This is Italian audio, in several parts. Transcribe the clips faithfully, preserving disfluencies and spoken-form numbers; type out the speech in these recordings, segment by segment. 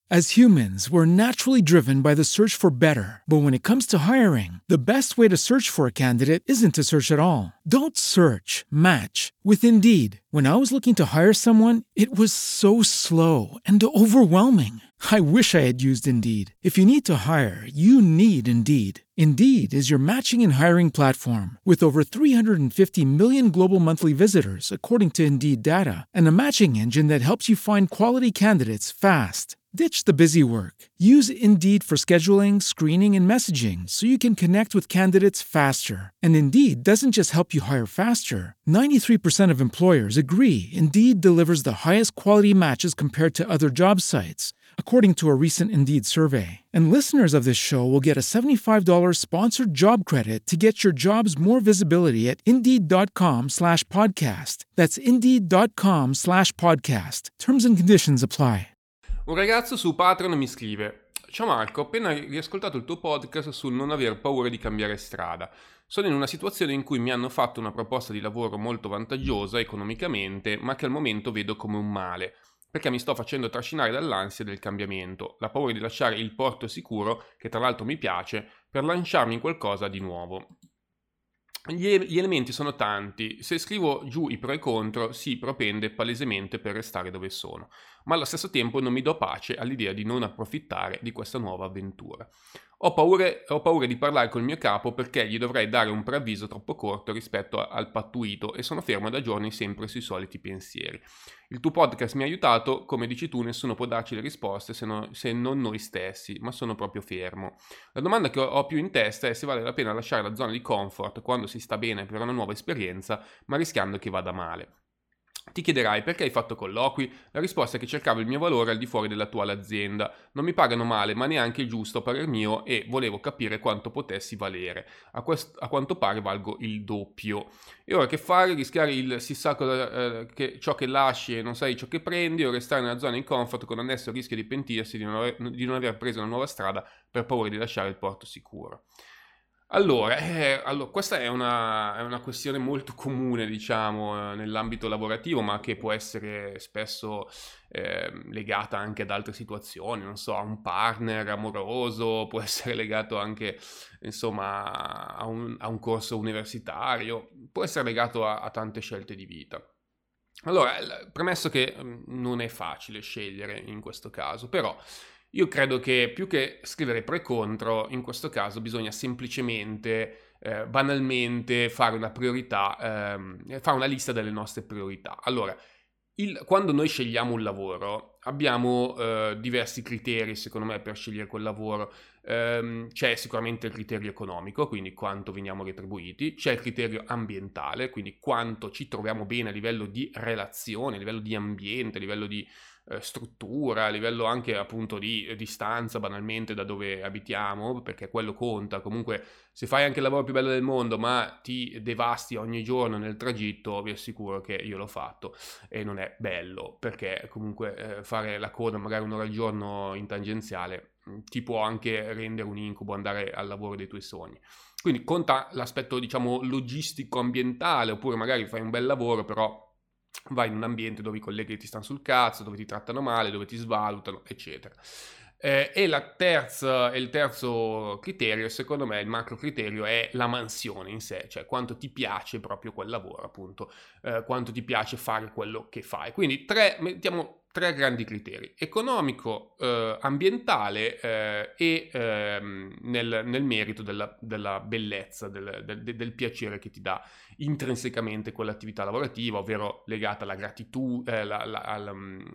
As humans, we're naturally driven by the search for better. But when it comes to hiring, the best way to search for a candidate isn't to search at all. Don't search, match with Indeed. When I was looking to hire someone, it was so slow and overwhelming. I wish I had used Indeed. If you need to hire, you need Indeed. Indeed is your matching and hiring platform with over three hundred fifty million global monthly visitors, according to Indeed data, and a matching engine that helps you find quality candidates fast. Ditch the busy work. Use Indeed for scheduling, screening, and messaging so you can connect with candidates faster. And Indeed doesn't just help you hire faster. ninety-three percent of employers agree Indeed delivers the highest quality matches compared to other job sites, according to a recent Indeed survey. And listeners of this show will get a seventy-five dollars sponsored job credit to get your jobs more visibility at Indeed.com slash podcast. That's Indeed.com slash podcast. Terms and conditions apply. Un ragazzo su Patreon mi scrive: ciao Marco, ho appena riascoltato il tuo podcast sul non aver paura di cambiare strada. Sono in una situazione in cui mi hanno fatto una proposta di lavoro molto vantaggiosa economicamente, ma che al momento vedo come un male, perché mi sto facendo trascinare dall'ansia del cambiamento, la paura di lasciare il porto sicuro, che tra l'altro mi piace, per lanciarmi in qualcosa di nuovo. Gli, gli elementi sono tanti. Se scrivo giù i pro e i contro, si propende palesemente per restare dove sono, ma allo stesso tempo non mi do pace all'idea di non approfittare di questa nuova avventura. Ho paure, ho paura di parlare col mio capo perché gli dovrei dare un preavviso troppo corto rispetto a, al pattuito e sono fermo da giorni sempre sui soliti pensieri. Il tuo podcast mi ha aiutato, come dici tu, nessuno può darci le risposte se, no, se non noi stessi, ma sono proprio fermo. La domanda che ho, ho più in testa è se vale la pena lasciare la zona di comfort quando si sta bene per una nuova esperienza, ma rischiando che vada male. Ti chiederai perché hai fatto colloqui? La risposta è che cercavo il mio valore al di fuori dell'attuale azienda. Non mi pagano male, ma neanche il giusto a parer mio e volevo capire quanto potessi valere. A, quest- a quanto pare valgo il doppio. E ora che fare? Rischiare il si sa cosa, eh, che ciò che lasci e non sai ciò che prendi o restare nella zona di comfort con annesso il rischio di pentirsi di non, aver, di non aver preso una nuova strada per paura di lasciare il porto sicuro. Allora, eh, allora, questa è una, è una questione molto comune, diciamo, eh, nell'ambito lavorativo, ma che può essere spesso eh, legata anche ad altre situazioni, non so, a un partner amoroso, può essere legato anche, insomma, a un, a un corso universitario, può essere legato a, a tante scelte di vita. Allora, premesso che mh, non è facile scegliere in questo caso, però io credo che più che scrivere pro e contro, in questo caso bisogna semplicemente, eh, banalmente, fare una priorità, ehm, fare una lista delle nostre priorità. Allora, il, quando noi scegliamo un lavoro, abbiamo eh, diversi criteri, secondo me, per scegliere quel lavoro. Um, c'è sicuramente il criterio economico, quindi quanto veniamo retribuiti, c'è il criterio ambientale, quindi quanto ci troviamo bene a livello di relazione, a livello di ambiente, a livello di eh, struttura, a livello anche appunto di eh, distanza banalmente da dove abitiamo, perché quello conta. Comunque se fai anche il lavoro più bello del mondo ma ti devasti ogni giorno nel tragitto, vi assicuro che io l'ho fatto e non è bello, perché comunque eh, fare la coda magari un'ora al giorno in tangenziale ti può anche rendere un incubo andare al lavoro dei tuoi sogni. Quindi conta l'aspetto, diciamo, logistico ambientale, oppure magari fai un bel lavoro però vai in un ambiente dove i colleghi ti stanno sul cazzo, dove ti trattano male, dove ti svalutano, eccetera. Eh, e la terza, il terzo criterio, secondo me, il macro criterio è la mansione in sé, cioè quanto ti piace proprio quel lavoro, appunto, eh, quanto ti piace fare quello che fai. Quindi tre, mettiamo tre grandi criteri: economico, eh, ambientale eh, e ehm, nel, nel merito della, della bellezza, del, del, del piacere che ti dà intrinsecamente quell'attività lavorativa, ovvero legata alla gratitudine, eh, la, la, alla,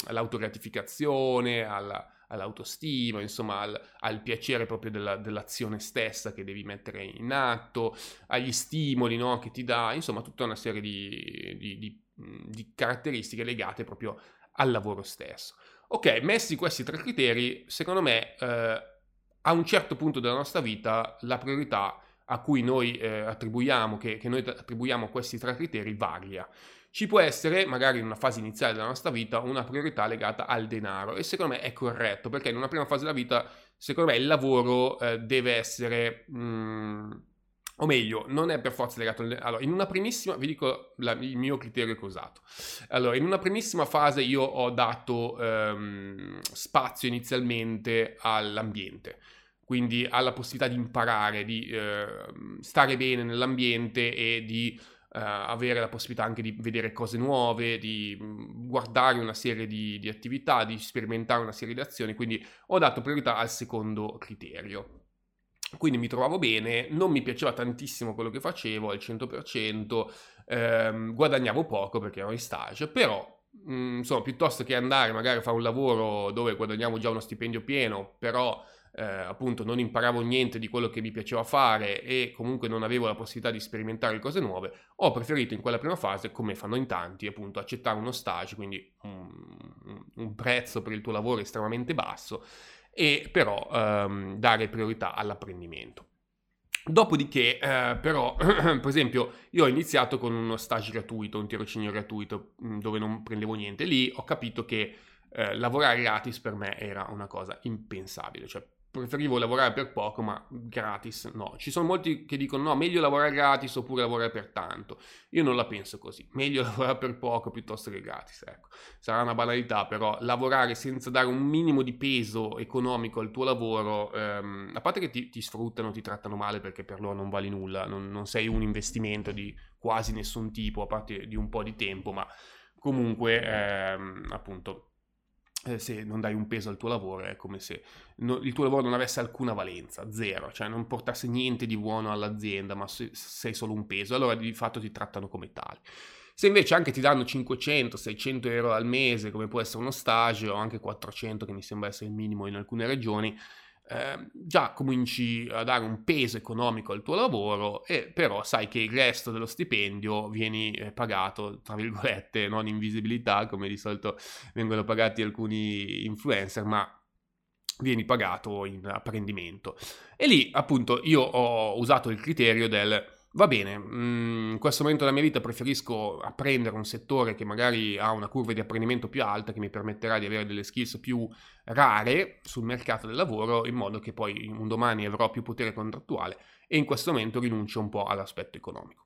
all'autorigratificazione, alla, all'autostima, insomma al, al piacere proprio della, dell'azione stessa che devi mettere in atto, agli stimoli, no, che ti dà, insomma tutta una serie di, di, di, di caratteristiche legate proprio al lavoro stesso. Ok, messi questi tre criteri, secondo me eh, a un certo punto della nostra vita la priorità a cui noi eh, attribuiamo, che, che noi attribuiamo a questi tre criteri varia. Ci può essere, magari in una fase iniziale della nostra vita, una priorità legata al denaro, e secondo me è corretto, perché in una prima fase della vita, secondo me, il lavoro eh, deve essere mh, o meglio, non è per forza legato al... Allora, in una primissima, vi dico la, il mio criterio che ho usato. Allora, in una primissima fase io ho dato ehm, spazio inizialmente all'ambiente, quindi alla possibilità di imparare, di eh, stare bene nell'ambiente e di eh, avere la possibilità anche di vedere cose nuove, di mh, guardare una serie di, di attività, di sperimentare una serie di azioni, quindi ho dato priorità al secondo criterio. Quindi mi trovavo bene, non mi piaceva tantissimo quello che facevo al cento per cento, ehm, guadagnavo poco perché ero in stage, però mh, insomma piuttosto che andare magari a fare un lavoro dove guadagnavo già uno stipendio pieno, però eh, appunto non imparavo niente di quello che mi piaceva fare e comunque non avevo la possibilità di sperimentare cose nuove, ho preferito in quella prima fase, come fanno in tanti, appunto accettare uno stage, quindi un, un prezzo per il tuo lavoro estremamente basso, e però ehm, dare priorità all'apprendimento. Dopodiché, eh, però, per esempio, io ho iniziato con uno stage gratuito, un tirocinio gratuito, dove non prendevo niente. Lì ho capito che eh, lavorare gratis per me era una cosa impensabile, cioè preferivo lavorare per poco, ma gratis no. Ci sono molti che dicono no, meglio lavorare gratis oppure lavorare per tanto. Io non la penso così, meglio lavorare per poco piuttosto che gratis, ecco. Sarà una banalità, però lavorare senza dare un minimo di peso economico al tuo lavoro, ehm, a parte che ti, ti sfruttano, ti trattano male perché per loro non vali nulla, non, non sei un investimento di quasi nessun tipo, a parte di un po' di tempo, ma comunque ehm, appunto eh, se non dai un peso al tuo lavoro è come se no, il tuo lavoro non avesse alcuna valenza, zero, cioè non portasse niente di buono all'azienda, ma se, sei solo un peso, allora di fatto ti trattano come tale. Se invece anche ti danno cinquecento seicento euro al mese, come può essere uno stage, o anche quattrocento, che mi sembra essere il minimo in alcune regioni, eh, già cominci a dare un peso economico al tuo lavoro, e però sai che il resto dello stipendio vieni eh, pagato, tra virgolette, non in visibilità, come di solito vengono pagati alcuni influencer, ma vieni pagato in apprendimento. E lì, appunto, io ho usato il criterio del va bene, in questo momento della mia vita preferisco apprendere un settore che magari ha una curva di apprendimento più alta, che mi permetterà di avere delle skills più rare sul mercato del lavoro, in modo che poi un domani avrò più potere contrattuale, e in questo momento rinuncio un po' all'aspetto economico.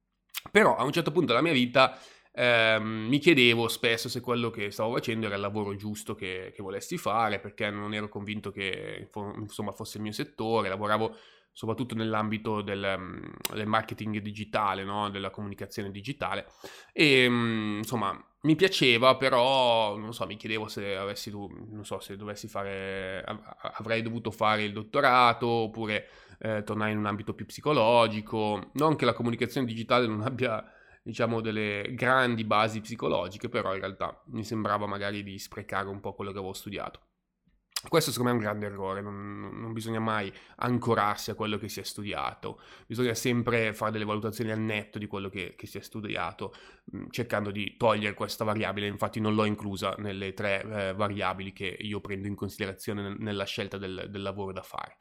Però a un certo punto della mia vita ehm, mi chiedevo spesso se quello che stavo facendo era il lavoro giusto che, che volessi fare, perché non ero convinto che insomma fosse il mio settore. Lavoravo soprattutto nell'ambito del, del marketing digitale, no? Della comunicazione digitale, e insomma mi piaceva, però non so, mi chiedevo se avessi, non so, se dovessi fare, avrei dovuto fare il dottorato oppure eh, tornare in un ambito più psicologico. Non che la comunicazione digitale non abbia, diciamo, delle grandi basi psicologiche, però in realtà mi sembrava magari di sprecare un po' quello che avevo studiato. Questo secondo me è un grande errore, non, non bisogna mai ancorarsi a quello che si è studiato, bisogna sempre fare delle valutazioni al netto di quello che, che si è studiato, mh, cercando di togliere questa variabile. Infatti non l'ho inclusa nelle tre eh, variabili che io prendo in considerazione nella scelta del, del lavoro da fare.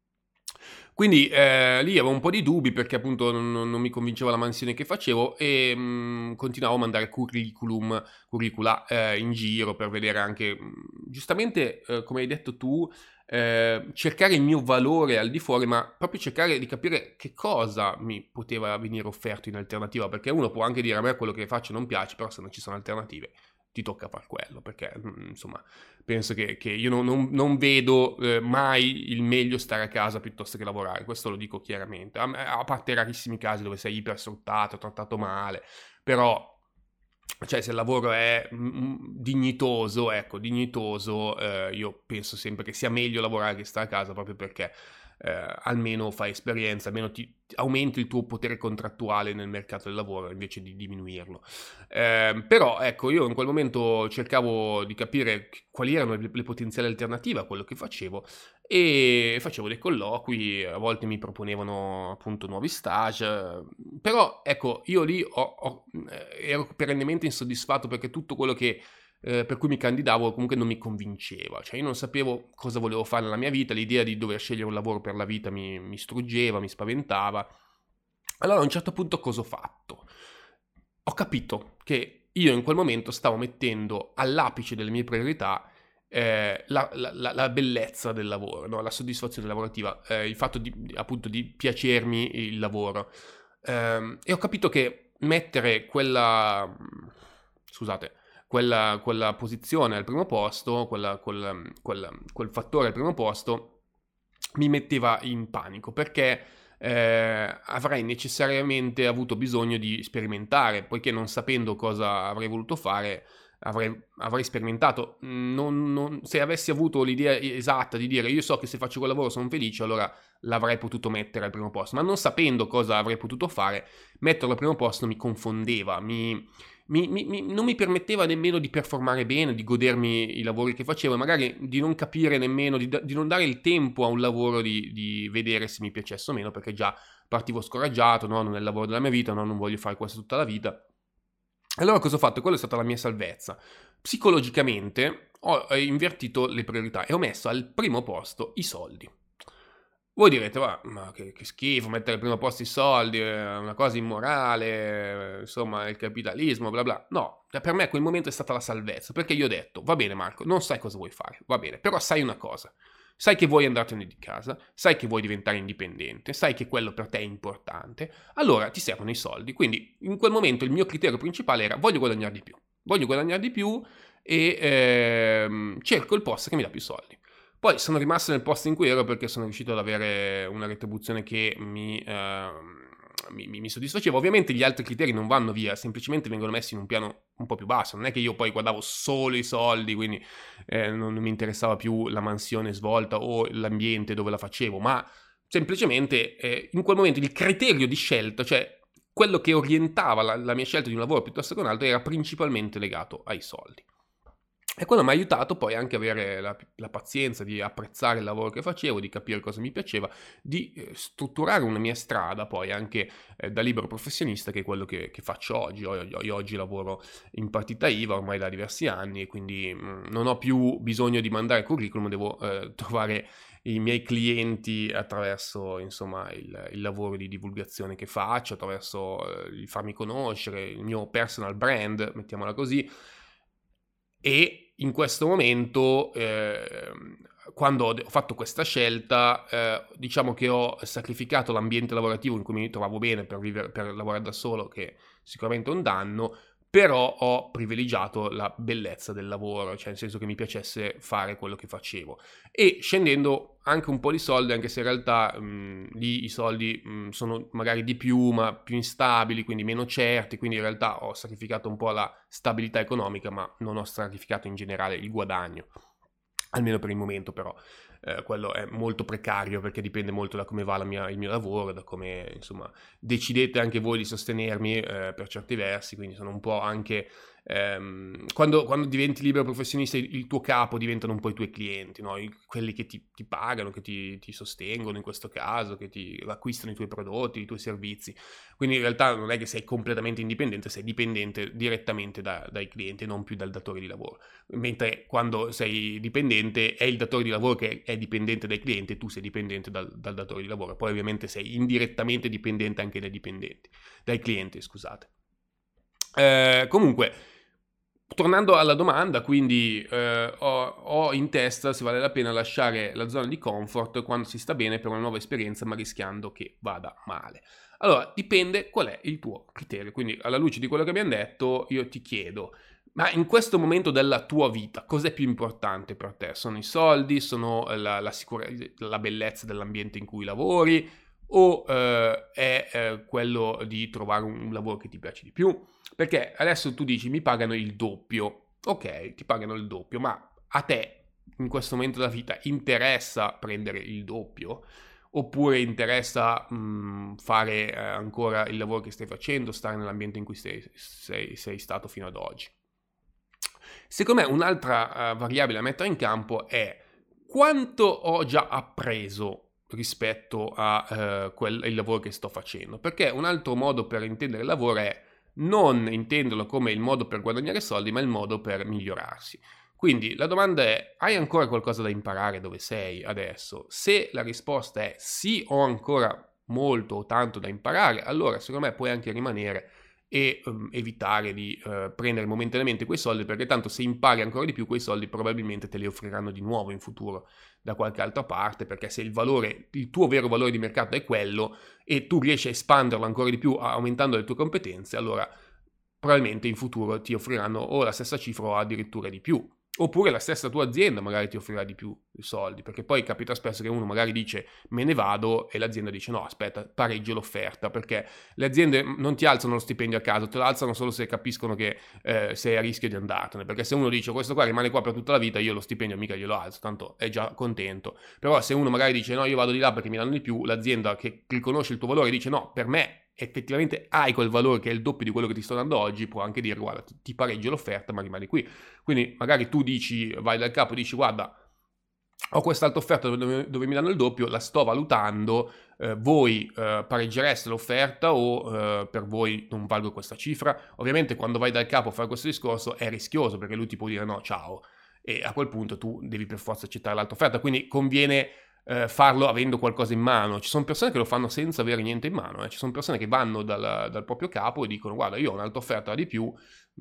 Quindi eh, lì avevo un po' di dubbi perché appunto non, non mi convinceva la mansione che facevo, e mh, continuavo a mandare curriculum, curricula eh, in giro per vedere anche, mh, giustamente eh, come hai detto tu, eh, cercare il mio valore al di fuori, ma proprio cercare di capire che cosa mi poteva venire offerto in alternativa, perché uno può anche dire a me quello che faccio non piace, però se non ci sono alternative ti tocca far quello, perché insomma penso che, che io non, non, non vedo eh, mai il meglio stare a casa piuttosto che lavorare, questo lo dico chiaramente, a, a parte rarissimi casi dove sei ipersfruttato, trattato male, però cioè se il lavoro è mm, dignitoso, ecco, dignitoso, eh, io penso sempre che sia meglio lavorare che stare a casa, proprio perché eh, almeno fai esperienza, almeno ti aumenti il tuo potere contrattuale nel mercato del lavoro invece di diminuirlo. Eh, però ecco, io in quel momento cercavo di capire quali erano le, le potenziali alternative a quello che facevo, e facevo dei colloqui, a volte mi proponevano appunto nuovi stage, però ecco, io lì ho, ho, ero perennemente insoddisfatto perché tutto quello che Eh, per cui mi candidavo comunque non mi convinceva, cioè io non sapevo cosa volevo fare nella mia vita, l'idea di dover scegliere un lavoro per la vita mi, mi struggeva, mi spaventava. Allora a un certo punto cosa ho fatto? Ho capito che io in quel momento stavo mettendo all'apice delle mie priorità eh, la, la, la bellezza del lavoro, no? La soddisfazione lavorativa, eh, il fatto di, appunto di piacermi il lavoro. Eh, e ho capito che mettere quella, scusate, quella, quella posizione al primo posto, quella, quel, quel, quel fattore al primo posto, mi metteva in panico, perché eh, avrei necessariamente avuto bisogno di sperimentare, poiché non sapendo cosa avrei voluto fare, avrei, avrei sperimentato. Non, non, se avessi avuto l'idea esatta di dire io so che se faccio quel lavoro sono felice, allora l'avrei potuto mettere al primo posto, ma non sapendo cosa avrei potuto fare, metterlo al primo posto mi confondeva, mi... Mi, mi, mi, non mi permetteva nemmeno di performare bene, di godermi i lavori che facevo e magari di non capire nemmeno, di, di non dare il tempo a un lavoro di, di vedere se mi piacesse o meno, perché già partivo scoraggiato, no? Non è il lavoro della mia vita, no? Non voglio fare questo tutta la vita. Allora cosa ho fatto? Quella è stata la mia salvezza. Psicologicamente ho invertito le priorità e ho messo al primo posto i soldi. Voi direte, ma, ma che, che schifo, mettere al primo posto i soldi, è una cosa immorale, insomma, il capitalismo, bla bla. No, per me quel momento è stata la salvezza, perché io ho detto, va bene Marco, non sai cosa vuoi fare, va bene, però sai una cosa, sai che vuoi andartene di casa, sai che vuoi diventare indipendente, sai che quello per te è importante, allora ti servono i soldi. Quindi in quel momento il mio criterio principale era, voglio guadagnare di più, voglio guadagnare di più e ehm, cerco il posto che mi dà più soldi. Poi sono rimasto nel posto in cui ero perché sono riuscito ad avere una retribuzione che mi, eh, mi, mi soddisfaceva. Ovviamente gli altri criteri non vanno via, semplicemente vengono messi in un piano un po' più basso. Non è che io poi guardavo solo i soldi, quindi eh, non, non mi interessava più la mansione svolta o l'ambiente dove la facevo, ma semplicemente eh, in quel momento il criterio di scelta, cioè quello che orientava la, la mia scelta di un lavoro piuttosto che un altro, era principalmente legato ai soldi. E quello mi ha aiutato poi anche a avere la, la pazienza di apprezzare il lavoro che facevo, di capire cosa mi piaceva, di eh, strutturare una mia strada poi anche eh, da libero professionista, che è quello che, che faccio oggi. Io, io oggi lavoro in partita I V A ormai da diversi anni e quindi mh, non ho più bisogno di mandare curriculum, devo eh, trovare i miei clienti attraverso insomma il, il lavoro di divulgazione che faccio, attraverso eh, il farmi conoscere, il mio personal brand, mettiamola così. E in questo momento, eh, quando ho fatto questa scelta, eh, diciamo che ho sacrificato l'ambiente lavorativo in cui mi trovavo bene per, vivere, per lavorare da solo, che sicuramente è un danno, però ho privilegiato la bellezza del lavoro, cioè nel senso che mi piacesse fare quello che facevo. E scendendo anche un po' di soldi, anche se in realtà mh, lì i soldi mh, sono magari di più, ma più instabili, quindi meno certi, quindi in realtà ho sacrificato un po' la stabilità economica, ma non ho sacrificato in generale il guadagno, almeno per il momento. Però eh, quello è molto precario, perché dipende molto da come va la mia, il mio lavoro, da come insomma decidete anche voi di sostenermi eh, per certi versi, quindi sono un po' anche ehm, quando, quando diventi libero professionista il, il tuo capo diventano un po' i tuoi clienti, no? I, quelli che ti, ti pagano, che ti, ti sostengono in questo caso, che ti acquistano i tuoi prodotti, i tuoi servizi. Quindi in realtà non è che sei completamente indipendente, sei dipendente direttamente da, dai clienti, non più dal datore di lavoro. Mentre quando sei dipendente è il datore di lavoro che è dipendente dai clienti e tu sei dipendente dal, dal datore di lavoro. Poi ovviamente sei indirettamente dipendente anche dai dipendenti, dai clienti, scusate. Eh, comunque, tornando alla domanda, quindi eh, ho, ho in testa se vale la pena lasciare la zona di comfort quando si sta bene per una nuova esperienza, ma rischiando che vada male. Allora, dipende qual è il tuo criterio. Quindi, alla luce di quello che abbiamo detto, io ti chiedo, ma in questo momento della tua vita, cos'è più importante per te? Sono i soldi? Sono la, la, sicure- la bellezza dell'ambiente in cui lavori? O eh, è eh, quello di trovare un lavoro che ti piace di più? Perché adesso tu dici, mi pagano il doppio. Ok, ti pagano il doppio, ma a te, in questo momento della vita, interessa prendere il doppio? Oppure interessa mh, fare eh, ancora il lavoro che stai facendo, stare nell'ambiente in cui sei, sei, sei stato fino ad oggi? Secondo me un'altra uh, variabile da mettere in campo è quanto ho già appreso rispetto al uh, lavoro che sto facendo. Perché un altro modo per intendere il lavoro è non intenderlo come il modo per guadagnare soldi, ma il modo per migliorarsi. Quindi la domanda è, hai ancora qualcosa da imparare dove sei adesso? Se la risposta è sì, ho ancora molto o tanto da imparare, allora secondo me puoi anche rimanere e um, evitare di uh, prendere momentaneamente quei soldi, perché tanto se impari ancora di più quei soldi probabilmente te li offriranno di nuovo in futuro da qualche altra parte, perché se il valore, il tuo vero valore di mercato è quello e tu riesci a espanderlo ancora di più aumentando le tue competenze, allora probabilmente in futuro ti offriranno o la stessa cifra o addirittura di più. Oppure la stessa tua azienda magari ti offrirà di più i soldi, perché poi capita spesso che uno magari dice me ne vado e l'azienda dice no, aspetta, pareggio l'offerta, perché le aziende non ti alzano lo stipendio a caso, te lo alzano solo se capiscono che eh, sei a rischio di andartene, perché se uno dice questo qua rimane qua per tutta la vita, io lo stipendio mica glielo alzo, tanto è già contento. Però se uno magari dice no, io vado di là perché mi danno di più, l'azienda che riconosce il tuo valore dice no, per me effettivamente hai quel valore che è il doppio di quello che ti sto dando oggi, può anche dire guarda ti pareggio l'offerta ma rimani qui. Quindi magari tu dici, vai dal capo e dici guarda ho quest'altra offerta dove, dove mi danno il doppio, la sto valutando, eh, voi eh, pareggereste l'offerta o eh, per voi non valgo questa cifra. Ovviamente quando vai dal capo a fare questo discorso è rischioso perché lui ti può dire no ciao e a quel punto tu devi per forza accettare l'altra offerta, quindi conviene Eh, farlo avendo qualcosa in mano. Ci sono persone che lo fanno senza avere niente in mano, eh. Ci sono persone che vanno dal, dal proprio capo e dicono guarda io ho un'altra offerta di più,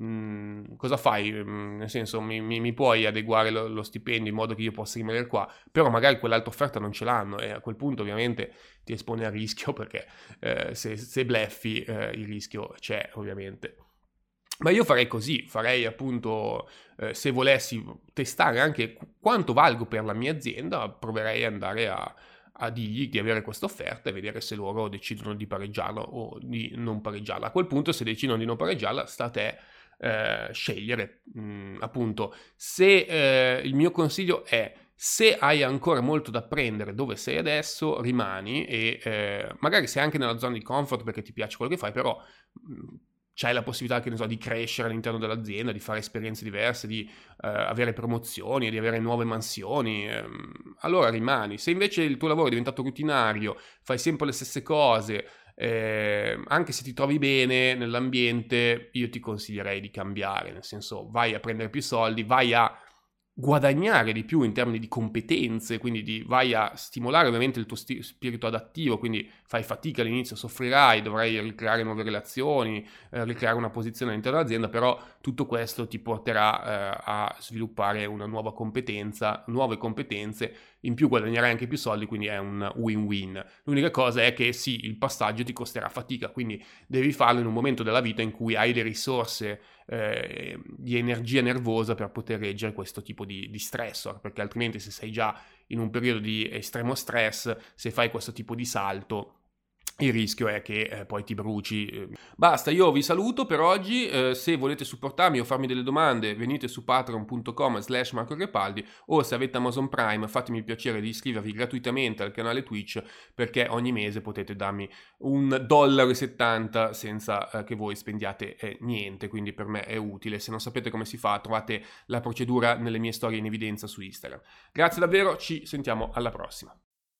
mh, cosa fai? Mh, nel senso mi, mi, mi puoi adeguare lo, lo stipendio in modo che io possa rimanere qua, però magari quell'altra offerta non ce l'hanno e a quel punto ovviamente ti espone al rischio perché eh, se, se bleffi eh, il rischio c'è ovviamente. Ma io farei così, farei appunto, eh, se volessi testare anche quanto valgo per la mia azienda, proverei ad andare a, a dirgli di avere questa offerta e vedere se loro decidono di pareggiarla o di non pareggiarla. A quel punto, se decidono di non pareggiarla, sta a te eh, scegliere. Mm, appunto, se eh, il mio consiglio è se hai ancora molto da apprendere dove sei adesso, rimani e eh, magari sei anche nella zona di comfort perché ti piace quello che fai, però mh, c'hai la possibilità, che ne so, di crescere all'interno dell'azienda, di fare esperienze diverse, di eh, avere promozioni, di avere nuove mansioni, ehm, allora rimani. Se invece il tuo lavoro è diventato rutinario, fai sempre le stesse cose, eh, anche se ti trovi bene nell'ambiente, io ti consiglierei di cambiare, nel senso vai a prendere più soldi, vai a guadagnare di più in termini di competenze, quindi di, vai a stimolare ovviamente il tuo sti- spirito adattivo, quindi fai fatica all'inizio, soffrirai, dovrai ricreare nuove relazioni, eh, ricreare una posizione all'interno dell'azienda, però tutto questo ti porterà eh, a sviluppare una nuova competenza, nuove competenze, in più guadagnerai anche più soldi, quindi è un win-win. L'unica cosa è che sì, il passaggio ti costerà fatica, quindi devi farlo in un momento della vita in cui hai le risorse eh, di energia nervosa per poter reggere questo tipo di, di stressor, perché altrimenti se sei già in un periodo di estremo stress, se fai questo tipo di salto, il rischio è che eh, poi ti bruci. Basta, io vi saluto per oggi. Eh, se volete supportarmi o farmi delle domande, venite su patreon punto com slash Marco Crepaldi, o se avete Amazon Prime fatemi il piacere di iscrivervi gratuitamente al canale Twitch, perché ogni mese potete darmi un dollaro e settanta senza eh, che voi spendiate eh, niente, quindi per me è utile. Se non sapete come si fa, trovate la procedura nelle mie storie in evidenza su Instagram. Grazie davvero, ci sentiamo alla prossima.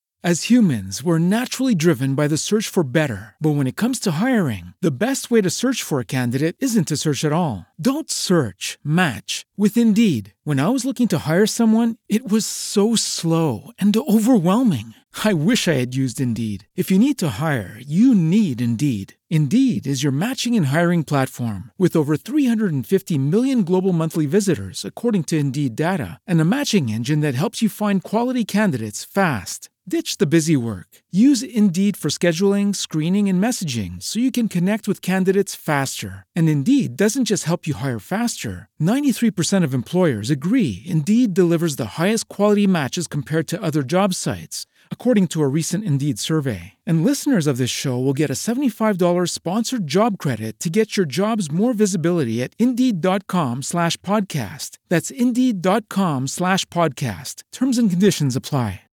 As humans, we're naturally driven by the search for better. But when it comes to hiring, the best way to search for a candidate isn't to search at all. Don't search, match with Indeed. When I was looking to hire someone, it was so slow and overwhelming. I wish I had used Indeed. If you need to hire, you need Indeed. Indeed is your matching and hiring platform with over three hundred fifty million global monthly visitors, according to Indeed data, and a matching engine that helps you find quality candidates fast. Ditch the busy work. Use Indeed for scheduling, screening, and messaging so you can connect with candidates faster. And Indeed doesn't just help you hire faster. ninety-three percent of employers agree Indeed delivers the highest quality matches compared to other job sites, according to a recent Indeed survey. And listeners of this show will get a seventy-five dollars sponsored job credit to get your jobs more visibility at Indeed.com slash podcast. That's Indeed.com slash podcast. Terms and conditions apply.